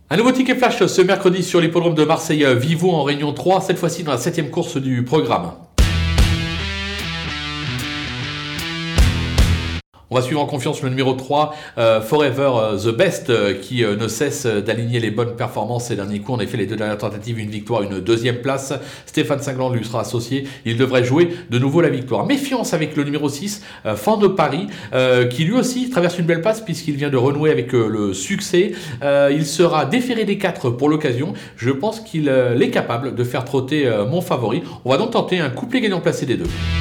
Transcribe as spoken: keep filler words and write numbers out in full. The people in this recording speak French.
Un nouveau ticket flash ce mercredi sur l'hippodrome de Marseille-Vivo en Réunion trois, cette fois-ci dans la septième course du programme. On va suivre en confiance le numéro trois, euh, Forever The Best, euh, qui euh, ne cesse d'aligner les bonnes performances ces derniers coups. En effet, les deux dernières tentatives, une victoire, une deuxième place. Stéphane Singland lui sera associé. Il devrait jouer de nouveau la victoire. Méfiance avec le numéro six, euh, Fan de Paris, euh, qui lui aussi traverse une belle passe puisqu'il vient de renouer avec euh, le succès. Euh, il sera déféré des quatre pour l'occasion. Je pense qu'il euh, est capable de faire trotter euh, mon favori. On va donc tenter un couplet gagnant placé des deux.